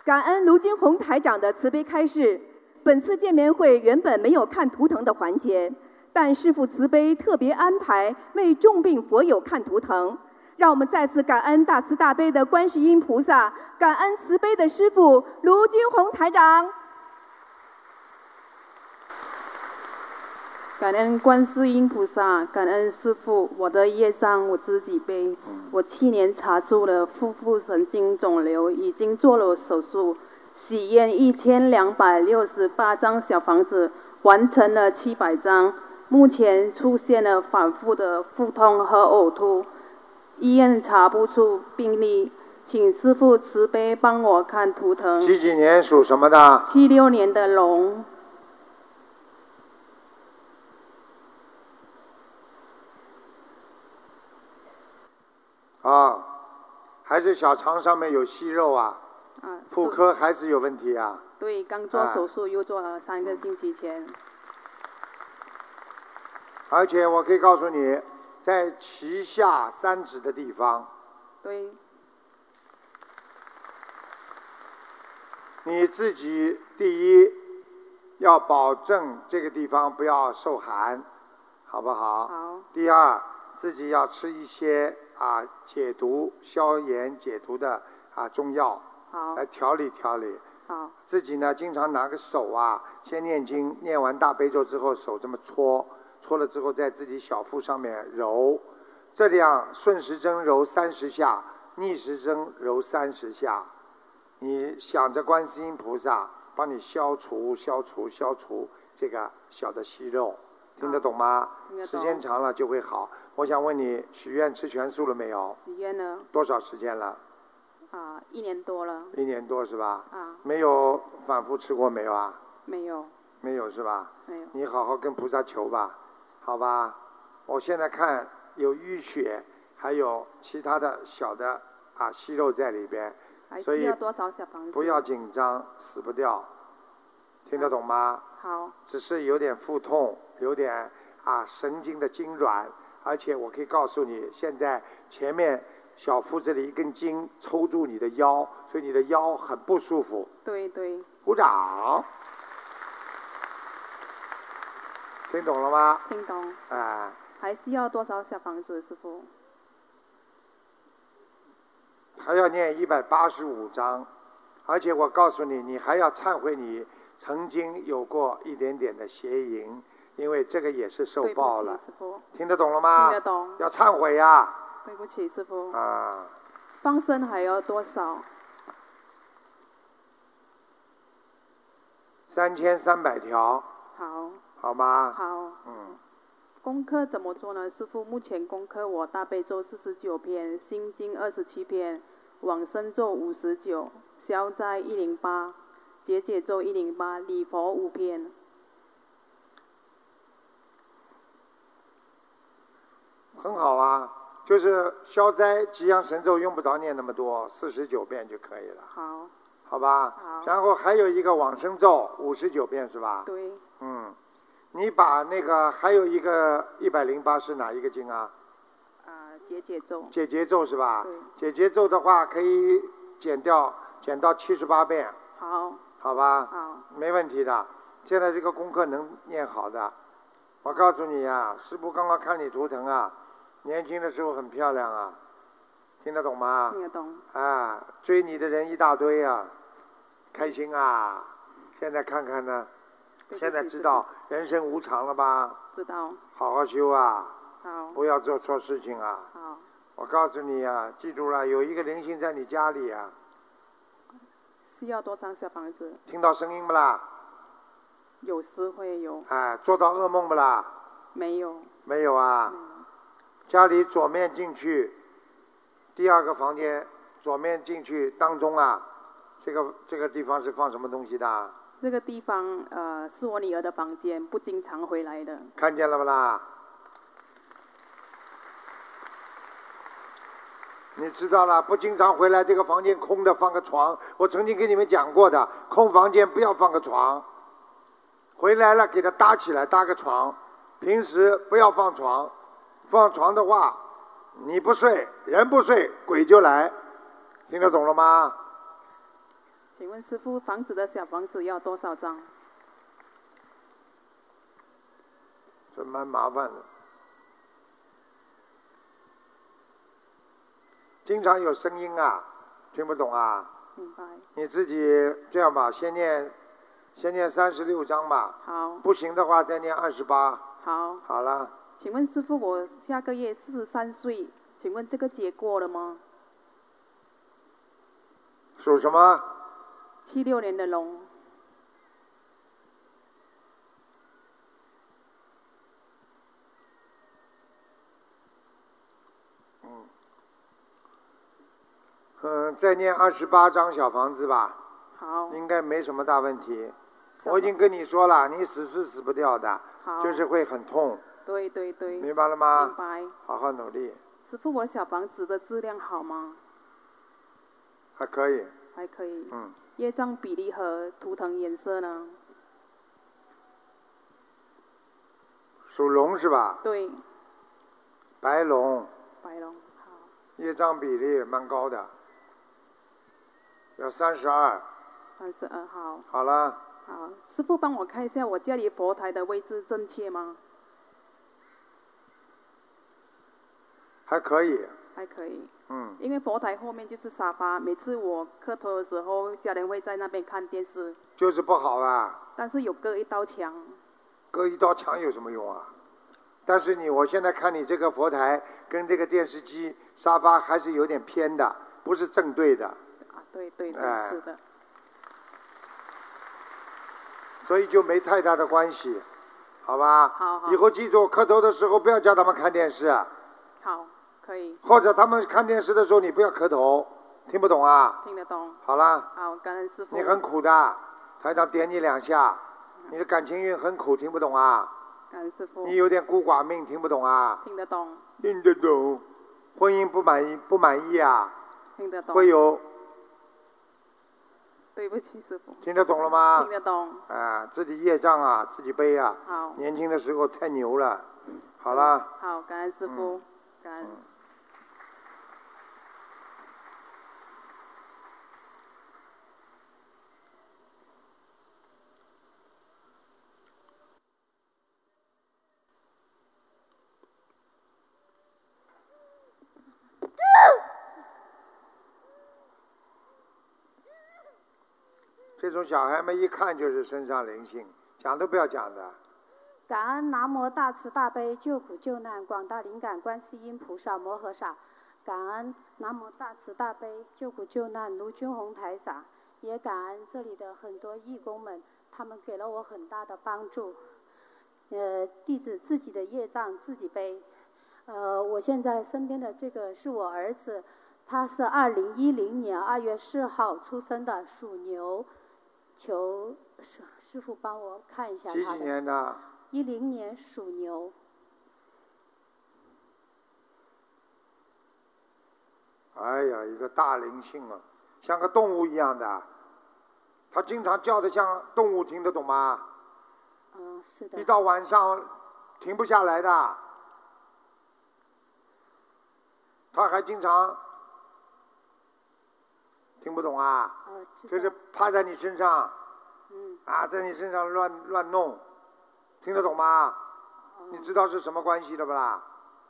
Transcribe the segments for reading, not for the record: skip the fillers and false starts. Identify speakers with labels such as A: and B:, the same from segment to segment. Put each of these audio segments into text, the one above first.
A: 感恩卢金红台长的慈悲开示。本次见面会原本没有看图腾的环节，但师父慈悲特别安排为重病佛友看图腾。让我们再次感恩大慈大悲的观世音菩萨，感恩慈悲的师父卢金红台长。
B: 感恩观世音菩萨，感恩师父，我的业障我自己背。我去年查出了腹部神经肿瘤，已经做了手术，许愿1268张小房子，完成了700张。目前出现了反复的腹痛和呕吐，医院查不出病例，请师父慈悲帮我看图腾。
C: 几几年属什么的
B: ？76年的龙。
C: 啊，还是小肠上面有息肉啊？妇科还是有问题啊？
B: 对，刚做手术，又做了3个星期前。
C: 而且我可以告诉你，在脐下3指的地方。
B: 对。
C: 你自己第一要保证这个地方不要受寒，好不好？
B: 好。
C: 第二，自己要吃一些解毒、消炎、解毒的中药，来调理调理。
B: 好。
C: 自己呢，经常拿个手先念经，念完大悲咒之后，手这么搓，搓了之后在自己小腹上面揉，这样顺时针揉30下，逆时针揉30下。你想着观世音菩萨帮你消除这个小的息肉，听得懂吗？
B: 听得懂。
C: 时间长了就会好。我想问你，许愿吃全素了没有？
B: 许愿了。
C: 多少时间了
B: ？1年多了。
C: 1年多是吧？没有反复吃过没有啊？
B: 没有。
C: 没有是吧？
B: 没有。
C: 你好好跟菩萨求吧，好吧？我现在看有淤血，还有其他的小的息肉在里边。
B: 所以要多少小房子？
C: 不要紧张，死不掉，听得懂吗？
B: 好。
C: 只是有点腹痛，有点神经的痉挛，而且我可以告诉你，现在前面小腹这里一根筋抽住你的腰，所以你的腰很不舒服。
B: 对对。
C: 鼓掌。听懂了吗？
B: 听懂。还需要多少小房子，师父？
C: 还要念185章，而且我告诉你，你还要忏悔你曾经有过一点点的邪淫，因为这个也是受报了。
B: 对不起，师父。
C: 听得懂了吗？
B: 听得懂。
C: 要忏悔呀。
B: 对不起，师父。
C: 放
B: 生还要多少
C: ？3300条。
B: 好。
C: 好吗？
B: 好。功课怎么做呢？师父，目前功课我大悲咒49篇，心经27篇，往生咒59，消灾108，解解咒108，礼佛5篇。
C: 很好啊，就是消灾吉祥神咒用不着念那么多，49遍就可以了。
B: 好。
C: 好吧。
B: 好。
C: 然后还有一个往生咒59遍是吧？
B: 对。
C: 你把那个还有一个108是哪一个经啊？
B: 解解咒。
C: 解结咒是吧？
B: 对。
C: 解结咒的话可以减到78遍。
B: 好。
C: 好吧。
B: 好。
C: 没问题的，现在这个功课能念好的。我告诉你啊，师父刚刚看你图腾啊，年轻的时候很漂亮啊，听得懂吗？
B: 听得懂。
C: 追你的人一大堆啊，开心啊！现在看看呢。现在知道人生无常了吧？
B: 知道。
C: 好好修啊！
B: 好。
C: 不要做错事情啊！
B: 好。
C: 我告诉你啊，记住了，有一个灵性在你家里啊。
B: 需要多张小房子？
C: 听到声音不啦？
B: 有时会有。
C: 做到噩梦不啦？
B: 没有。
C: 没有啊。家里左面进去，第2个房间左面进去当中啊，这个地方是放什么东西的？
B: 这个地方是我女儿的房间，不经常回来的。
C: 看见了不啦？你知道了，不经常回来，这个房间空的，放个床。我曾经跟你们讲过的，空房间不要放个床。回来了给它搭起来，搭个床。平时不要放床，放床的话，你不睡，人不睡，鬼就来。听得懂了吗？
B: 请问师父，房子的小房子要多少张？
C: 这蛮麻烦的。经常有声音啊，听不懂啊。
B: 明白。
C: 你自己这样吧，先念36章吧。
B: 好。
C: 不行的话再念28。
B: 好。
C: 好了。
B: 请问师父，我下个月43岁，请问这个节过了吗？
C: 属什么
B: ？76年的龙。
C: 再念28张小房子吧。
B: 好。
C: 应该没什么大问题。我已经跟你说了，你死是死不掉的，就是会很痛。
B: 对对对。
C: 明白了吗？
B: 明白。
C: 好好努力。
B: 师父，我小房子的质量好吗？
C: 还可以。
B: 还可以。
C: 嗯。
B: 业障比例和图腾颜色呢？
C: 属龙是吧？
B: 对。
C: 白龙。
B: 白龙，好。
C: 业障比例蛮高的，要32。
B: 32，好。
C: 好了。
B: 好，师父帮我看一下我家里佛台的位置正确吗？
C: 还可以。
B: 还可以。
C: 嗯。
B: 因为佛台后面就是沙发，每次我磕头的时候，家人会在那边看电视。
C: 就是不好啊。
B: 但是有隔一道墙。
C: 隔一道墙有什么用啊？但是我现在看你这个佛台跟这个电视机、沙发还是有点偏的，不是正对的。
B: 啊，对对对，是的。
C: 所以就没太大的关系，好吧？
B: 好。
C: 以后记住，磕头的时候不要叫他们看电视。
B: 好，可以。
C: 或者他们看电视的时候，你不要磕头，听不懂啊？
B: 听得懂。
C: 好了。
B: 好，感恩师父。
C: 你很苦的，台长点你2下，你的感情运很苦，听不懂啊？
B: 感恩师父。
C: 你有点孤寡命，听不懂啊？
B: 听得懂。
C: 听得懂。婚姻不满意啊？
B: 听得懂。
C: 会有。
B: 对不起，师父。
C: 听得懂了吗？
B: 听得懂。
C: 自己业障啊，自己背啊。
B: 好。
C: 年轻的时候太牛了。好了。
B: 好，感恩师父，感恩。
C: 这种小孩们一看就是身上灵性，讲都不要讲的。
D: 感恩南无大慈大悲救苦救难广大灵感观世音菩萨摩诃萨，感恩南无大慈大悲救苦救难卢军宏台长，也感恩这里的很多义工们，他们给了我很大的帮助。弟子自己的业障自己背。我现在身边的这个是我儿子，他是2010年2月4号出生的，属牛。求师父帮我看一下他的。
C: 几年的
D: ？10年属牛。
C: 哎呀，一个大灵性啊，像个动物一样的，他经常叫的像动物，听得懂吗？
D: 是的。
C: 一到晚上停不下来的，他还经常听不懂啊？就是趴在你身上，在你身上乱弄，听得懂吗？你知道是什么关系的不啦？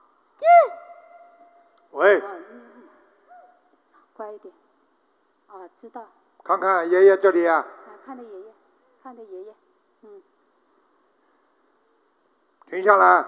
C: 喂。
D: 乖一点。知道。
C: 看看爷爷这里啊。
D: 看的爷爷，看的爷爷，
C: 停下来。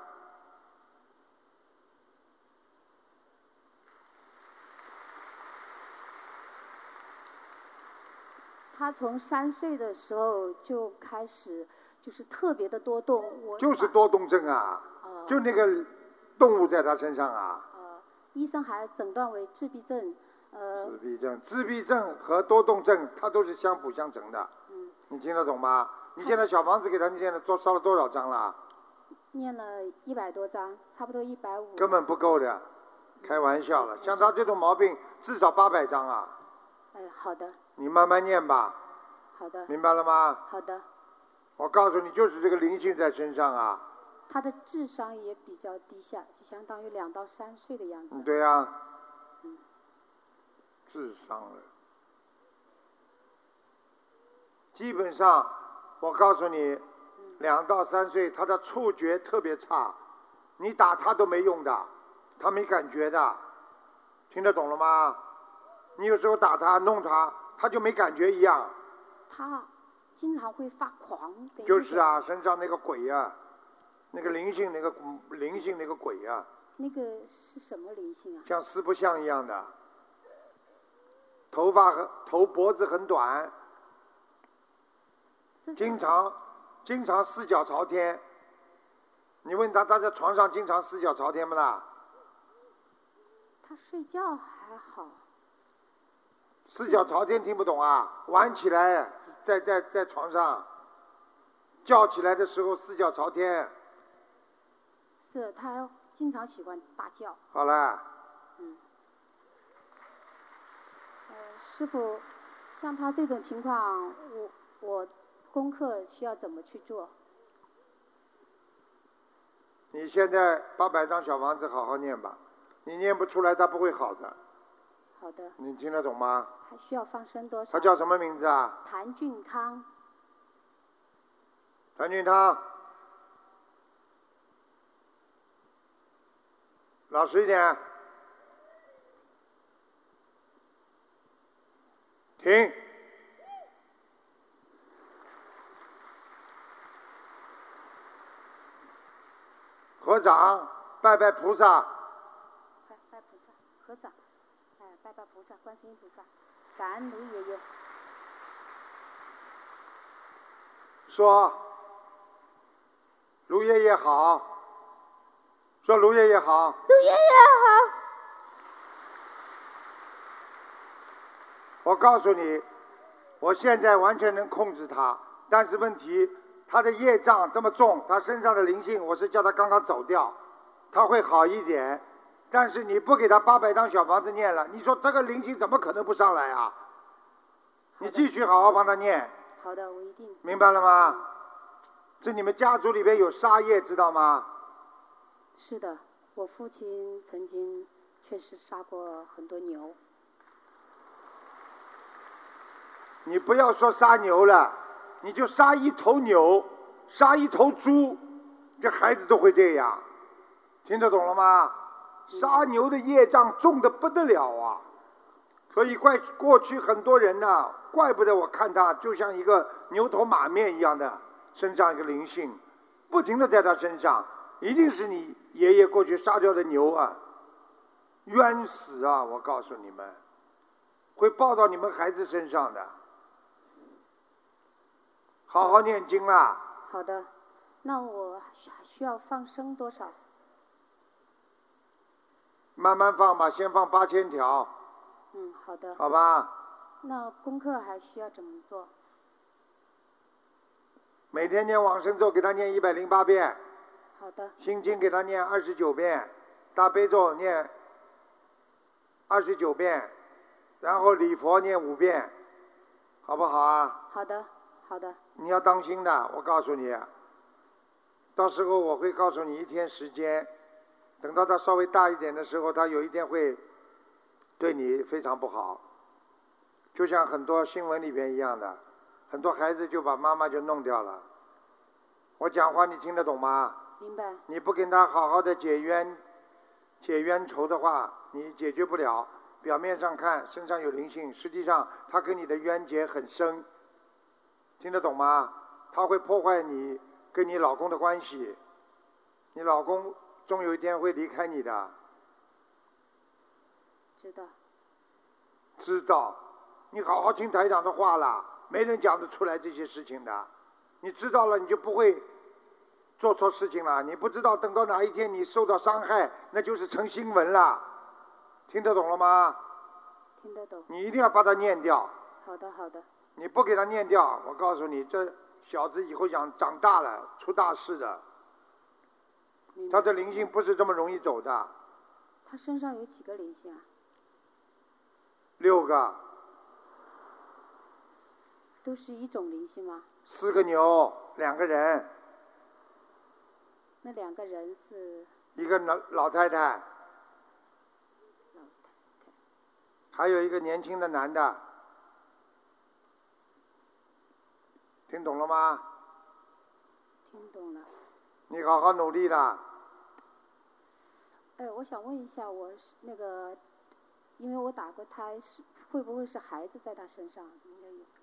D: 他从3岁的时候就开始，就是特别的多动。
C: 就是多动症啊，就那个动物在他身上啊。
D: 医生还诊断为自闭症。
C: 自闭症和多动症，它都是相辅相成的。你听得懂吗？你现在小房子给他，你现在烧了多少张了？
D: 念了100多张，差不多150。
C: 根本不够的，开玩笑了。像他这种毛病，至少800张啊。
D: 好的。
C: 你慢慢念吧。
D: 好的。
C: 明白了吗？
D: 好的。
C: 我告诉你，就是这个灵性在身上啊。
D: 他的智商也比较低下，就相当于2到3岁的样子。
C: 对呀。智商了。 基本上我告诉你，2到3岁他的触觉特别差，你打他都没用的，他没感觉的，听得懂了吗？你有时候打他弄他，他就没感觉一样。
D: 他经常会发狂。
C: 就是啊，身上那个鬼啊，那个灵性那个鬼啊。
D: 那个是什么灵性啊？
C: 像四不像一样的，脖子很短，经常四脚朝天。你问他在床上经常四脚朝天不啦？
D: 他睡觉还好。
C: 四脚朝天听不懂啊？玩起来在床上，叫起来的时候四脚朝天。
D: 是他经常喜欢大叫。
C: 好了。
D: 师傅，像他这种情况，我功课需要怎么去做？
C: 你现在800张小房子好好念吧，你念不出来他不会好的。
D: 好的。
C: 你听得懂吗？
D: 还需要放生多少？
C: 他叫什么名字啊？
D: 谭俊康。
C: 谭俊康，老实一点。停。合掌，拜拜菩萨。
D: 拜菩萨，合掌，拜拜菩萨，观世音菩萨，感恩卢爷爷。
C: 说，卢爷爷好。说卢爷爷好。
D: 卢爷爷好。
C: 我告诉你，我现在完全能控制他，但是问题，他的业障这么重，他身上的灵性，我是叫他刚刚走掉，他会好一点。但是你不给他800张小房子念了，你说这个灵性怎么可能不上来啊？你继续好好帮他念。
D: 好的，我一定。
C: 明白了吗？这你们家族里边有杀业，知道吗？
D: 是的，我父亲曾经确实杀过很多牛。
C: 你不要说杀牛了，你就杀一头牛，杀一头猪，这孩子都会这样，听得懂了吗？杀牛的业障重得不得了啊！所以过去很多人呢，怪不得我看他就像一个牛头马面一样的，身上一个灵性，不停地在他身上，一定是你爷爷过去杀掉的牛啊，冤死啊！我告诉你们，会报到你们孩子身上的。好好念经啦。
D: 好的，那我还需要放生多少？
C: 慢慢放吧，先放8000条。
D: 好的。
C: 好吧。
D: 那功课还需要怎么做？
C: 每天念往生咒，给他念108遍。
D: 好的。
C: 心经给他念29遍，大悲咒念29遍，然后礼佛念5遍，好不好啊？
D: 好的，好的。
C: 你要当心的，我告诉你，到时候我会告诉你1天时间，等到他稍微大一点的时候，他有一天会对你非常不好，就像很多新闻里边一样的，很多孩子就把妈妈就弄掉了。我讲话你听得懂吗？
D: 明白。
C: 你不跟他好好的解冤仇的话，你解决不了。表面上看身上有灵性，实际上他跟你的冤结很深，听得懂吗？他会破坏你跟你老公的关系，你老公终有一天会离开你的。
D: 知道。
C: 知道，你好好听台长的话啦，没人讲得出来这些事情的。你知道了，你就不会做错事情了。你不知道，等到哪一天你受到伤害，那就是成新闻了。听得懂了吗？
D: 听得懂。
C: 你一定要把它念掉。
D: 好的，好的。
C: 你不给他念掉，我告诉你，这小子以后长大了出大事的。他的灵性不是这么容易走的。
D: 他身上有几个灵性啊
C: ？6个。
D: 都是一种灵性吗
C: ？4个牛，2个人。
D: 那2个人是？
C: 一个老太太。还有一个年轻的男的。 听懂了吗？
D: 听懂了。
C: 你好好努力啦。
D: 我想问一下，我是那个，因为我打过胎，会不会是孩子在他身上？应该有。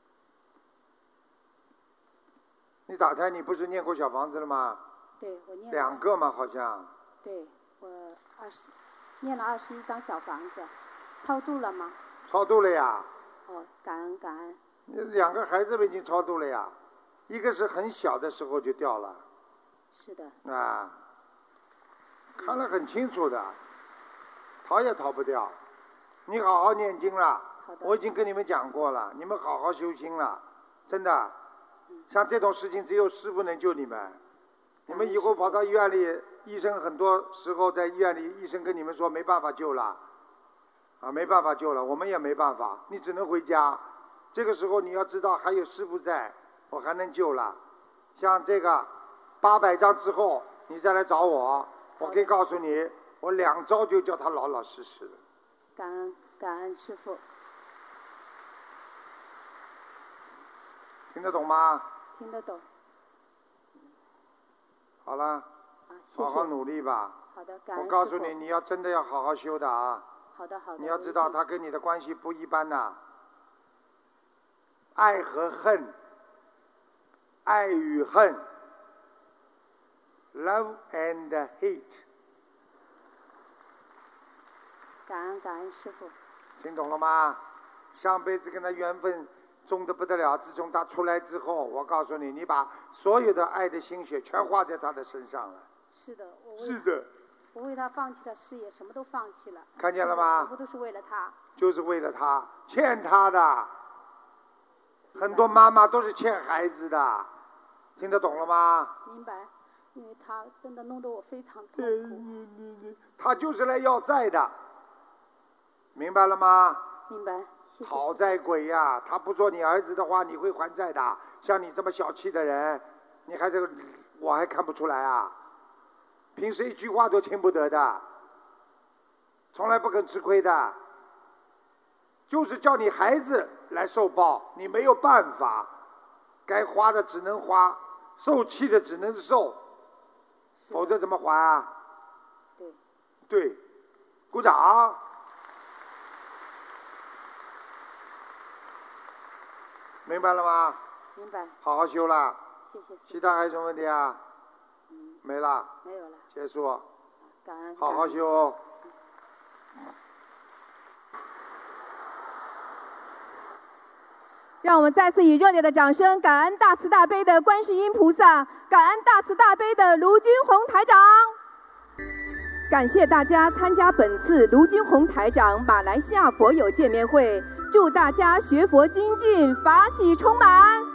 C: 你打胎，你不是念过小房子了吗？
D: 对，我念了。
C: 2个嘛，好像。
D: 对，我念了21张小房子，超度了吗？
C: 超度了呀。
D: 哦，感恩感恩。
C: 2个孩子们已经超度了呀，一个是很小的时候就掉了。
D: 是的。
C: 啊，看得很清楚的，逃也逃不掉。你好好念经了，我已经跟你们讲过了，你们好好修心了，真的。像这种事情，只有师父能救你们。你们以后跑到医院里，医生很多时候在医院里，医生跟你们说没办法救了，啊，没办法救了，我们也没办法，你只能回家。这个时候你要知道还有师父在，我还能救了。像这个800张之后，你再来找我，我可以告诉你，我2招就叫他老老实实的。
D: 感恩感恩师父。
C: 听得懂吗？
D: 听得懂。
C: 好了，
D: 谢谢。
C: 好好努力吧。
D: 好的，感恩师父。
C: 我告诉你，你要真的要好好修的啊。
D: 好的好的。
C: 你要知道，他跟你的关系不一般呐。爱和恨，爱与恨 ，love and hate。
D: 感恩感恩师父。
C: 听懂了吗？上辈子跟他缘分重得不得了，自从他出来之后，我告诉你，你把所有的爱的心血全花在他的身上了。
D: 是的，
C: 是的。
D: 我为他放弃了事业，什么都放弃了。
C: 看见了吗？
D: 全部都是为了他。
C: 就是为了他，欠他的。很多妈妈都是欠孩子的，听得懂了吗？
D: 明白，因为他真的弄得我非常痛苦。
C: 他就是来要债的，明白了吗？
D: 明白，谢谢。
C: 讨债鬼呀！他不做你儿子的话，你会还债的。像你这么小气的人，你还这个，我还看不出来啊？平时一句话都听不得的，从来不肯吃亏的，就是叫你孩子来受报，你没有办法，该花的只能花，受气的只能受，否则怎么还啊？
D: 对。
C: 对，鼓掌。明白了吗？
D: 明白。
C: 好好修啦。
D: 谢谢师父。
C: 其他还有什么问题啊？没了。
D: 没有了。
C: 结束。
D: 感恩。
C: 好好修哦。
A: 让我们再次以热烈的掌声，感恩大慈大悲的观世音菩萨，感恩大慈大悲的卢军宏台长。感谢大家参加本次卢军宏台长马来西亚佛友见面会，祝大家学佛精进，法喜充满。